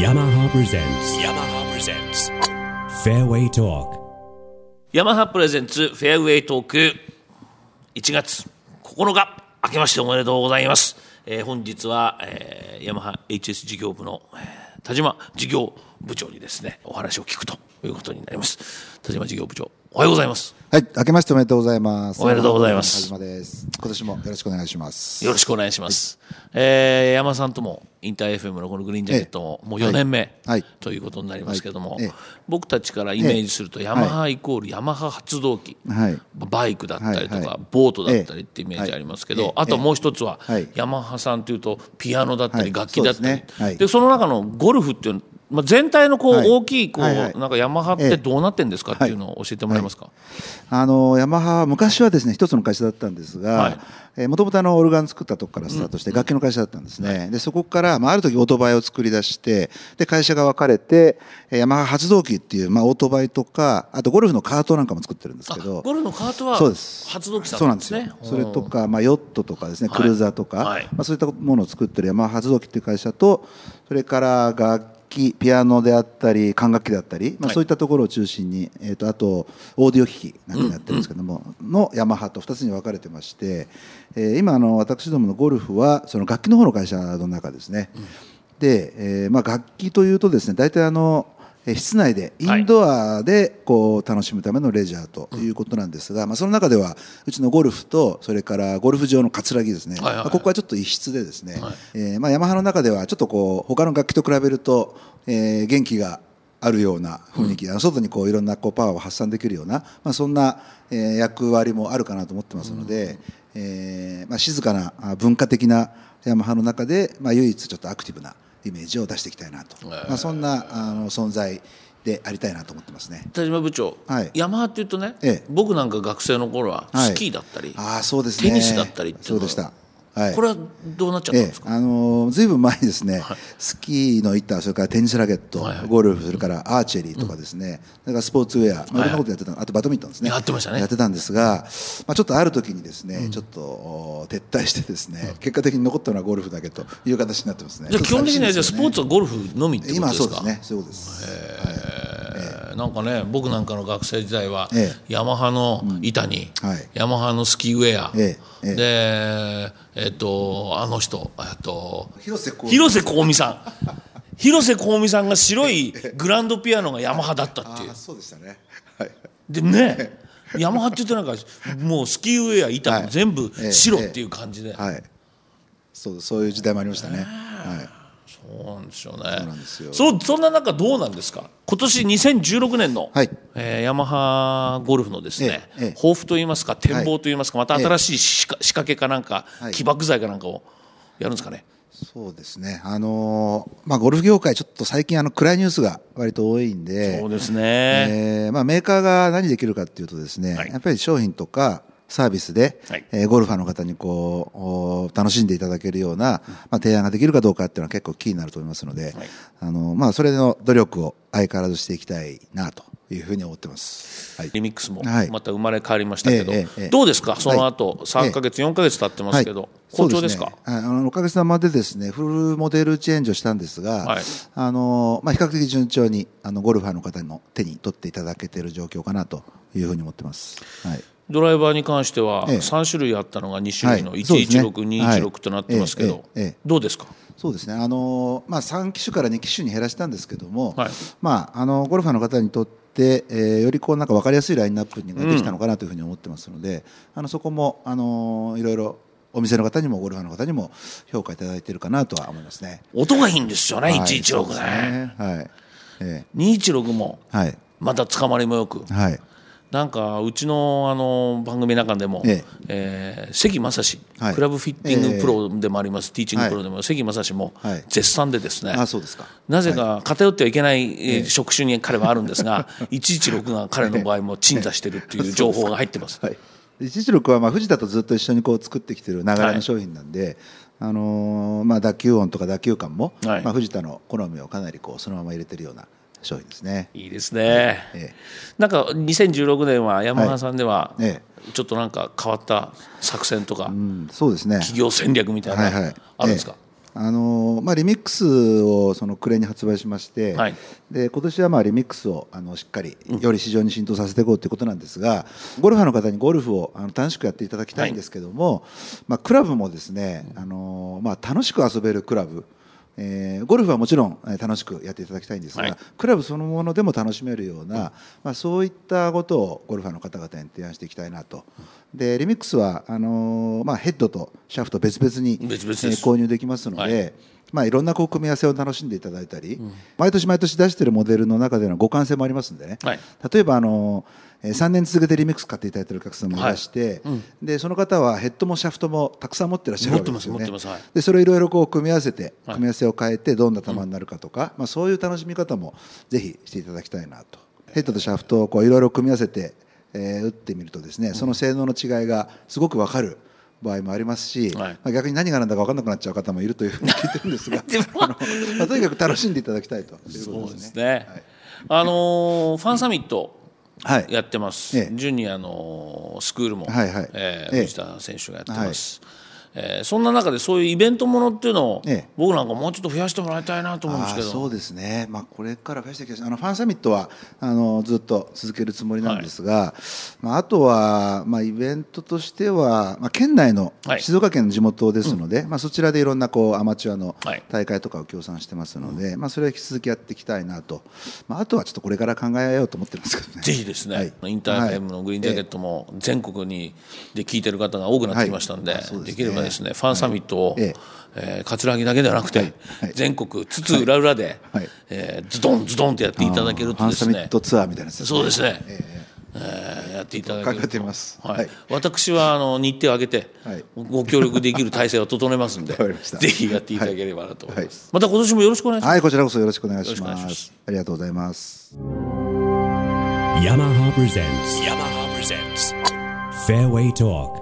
yamaha presents Fairway Talk。 ヤマハプレゼンツフェアウェイトーク1月9日明けましておめでとうございます。本日は、ヤマハ HS 事業部の、田島事業部長にですねお話を聞くということになります。田島事業部長、おはようございます。 はい、明けましておめでとうございます。 おめでとうございます。 田島です。今年もよろしくお願いします。 よろしくお願いします。山田さんともインター FM のこのグリーンジャケットももう4年目、ということになりますけれども、僕たちからイメージするとヤマハイコールヤマハ発動機、バイクだったりとか、ボートだったりってイメージありますけど、あともう一つは、ヤマハさんというとピアノだったり楽器だったり、でその中のゴルフっていうの全体のこう大きいこうなんかヤマハってどうなってんですかっていうのを教えてもらえますか。 ヤマハは昔はですね一つの会社だったんですが、もともとオルガン作ったところからスタートして楽器の会社だったんですね。でそこから、ある時オートバイを作り出してで会社が分かれてヤマハ発動機っていう、オートバイとかあとゴルフのカートなんかも作ってるんですけど、 ゴルフのカートは発動機さんなんですね。 それとか、ヨットとかですねクルーザーとか、そういったものを作ってるヤマハ発動機っていう会社と、それから楽器ピアノであったり管楽器であったり、そういったところを中心に、あとオーディオ機器なんかやってるんですけども、のヤマハと2つに分かれてまして、今私どものゴルフはその楽器の方の会社の中ですね。で、楽器というとですね大体室内でインドアでこう楽しむためのレジャーということなんですが、その中ではうちのゴルフとそれからゴルフ場の葛城ですね、ここはちょっと異質でですね、ヤマハの中ではちょっとこう他の楽器と比べると、元気があるような雰囲気、外にこういろんなこうパワーを発散できるような、そんな、役割もあるかなと思ってますので、静かな文化的なヤマハの中で、唯一ちょっとアクティブなイメージを出していきたいなと、そんな存在でありたいなと思ってますね。 田島部長、ヤマハっていうとね、僕なんか学生の頃はスキーだったり、テニスだったりっていうのは、そうでした。これはどうなっちゃったんですか。 ずいぶん前にですね、スキーの板、それからテニスラケット、ゴルフ、それからアーチェリーとかですね、それからスポーツウェア、いろんなことやってた、あとバドミントンですね、 やってましたね。 やってたんですが、ちょっとある時にですね、ちょっと撤退してですね、結果的に残ったのはゴルフだけという形になってますね。 じゃあ基本的にはスポーツはゴルフのみってことですか。 今そうですね、そういうことです。 なんかね、僕なんかの学生時代は、ヤマハの板に、ヤマハのスキーウェア、であの人広瀬香美さん広瀬香美さんが白いグランドピアノがヤマハだったっていう。 そうでしたね。 でね、ヤマハって言うとなんかもうスキーウェア板も全部白っていう感じで、 そういう時代もありましたね。 そうなんですよね。そんな中どうなんですか。今年2016年の、ヤマハゴルフのですね、抱負といいますか展望といいますか、また新しい仕掛けかなんか、起爆剤かなんかをやるんですかね。そうですね。 ゴルフ業界ちょっと最近暗いニュースが割と多いんで、 そうですね。 メーカーが何できるかっていうとですね、やっぱり商品とかサービスで、ゴルファーの方にこう楽しんでいただけるような、提案ができるかどうかっていうのは結構キーになると思いますので、それの努力を相変わらずしていきたいなというふうに思ってます。 リミックスもまた生まれ変わりましたけど、どうですかその後3ヶ月4ヶ月経ってますけど、好調ですか。 おかげさまでですねフルモデルチェンジをしたんですが、比較的順調にゴルファーの方の手に取っていただけている状況かなというふうに思ってます。 ドライバーに関しては3種類あったのが2種類の116、216となってますけど、どうですか。 そうですね、3機種から2機種に減らしたんですけども、ゴルファーの方にとってよりなんか分かりやすいラインナップができたのかなというふうに思ってますので、そこもいろいろお店の方にもゴルファーの方にも評価いただいているかなとは思いますね。 音がいいんですよね、116ね。216もまた捕まりもよく、なんかうちの番組の中でも、関正史、クラブフィッティングプロでもあります、ティーチングプロでも関正史も絶賛でですね、なぜか偏ってはいけない、職種に彼はあるんですが、116が彼の場合も鎮座しているっていう情報が入ってます。 116は藤田とずっと一緒に作ってきている流れの商品なんで、打球音とか打球感も、藤田の好みをかなりそのまま入れているような商品ですね。 いいですね。なんか2016年はヤマハさんではちょっとなんか変わった作戦とか、そうですね、企業戦略みたいなあるんですか。 リミックスをその暮れに発売しまして、はい、で今年はリミックスをしっかりより市場に浸透させていこうということなんですが、ゴルファーの方にゴルフを楽しくやっていただきたいんですけども、はい、クラブもですね、楽しく遊べるクラブ、ゴルフはもちろん楽しくやっていただきたいんですが、はい、クラブそのものでも楽しめるような、そういったことをゴルファーの方々に提案していきたいなと。でリミックスはヘッドとシャフト別々に購入できますので、はい、いろんな組み合わせを楽しんでいただいたり、毎年毎年出しているモデルの中での互換性もありますんでね、はい、例えば3年続けてリミックス買っていただいているお客さんもいらして、はい、でその方はヘッドもシャフトもたくさん持ってらっしゃるわけですよね。でそれをいろいろ組み合わせて、組み合わせを変えてどんな球になるかとか、そういう楽しみ方もぜひしていただきたいなと。ヘッドとシャフトをいろいろ組み合わせて打ってみるとですね、その性能の違いがすごく分かる場合もありますし、はい、逆に何が何だか分からなくなっちゃう方もいるというふうに聞いてるんですがとにかく楽しんでいただきたいということですね。そうですね、 はい、ファンサミットやってます、ジュニアのスクールも、藤田選手がやってます、そんな中でそういうイベントものっていうのを、僕なんかもうちょっと増やしてもらいたいなと思うんですけど。 そうですね、これから増やしていきたい。ファンサミットはずっと続けるつもりなんですが、あとは、イベントとしては、県内の静岡県の地元ですので、そちらでいろんなアマチュアの大会とかを協賛してますので、それは引き続きやっていきたいなと、あとはちょっとこれから考えようと思ってるんですけどね。 ぜひですね、インターフェムのグリーンジャケットも全国で聞いてる方が多くなってきましたので、できればですね、ファンサミットを、葛城だけではなくて、全国津々浦々で、ズドンズドンとやっていただけるとですね、 ファンサミットツアーみたいなやつですね。 そうですね、やっていただけると考えてます、 私は日程を挙げてご協力できる体制を整えますのでぜひやっていただければなと思います、また今年もよろしくお願いします。 はい、こちらこそよろしくお願いします。ありがとうございます。 Yamaha presents Fairway Talk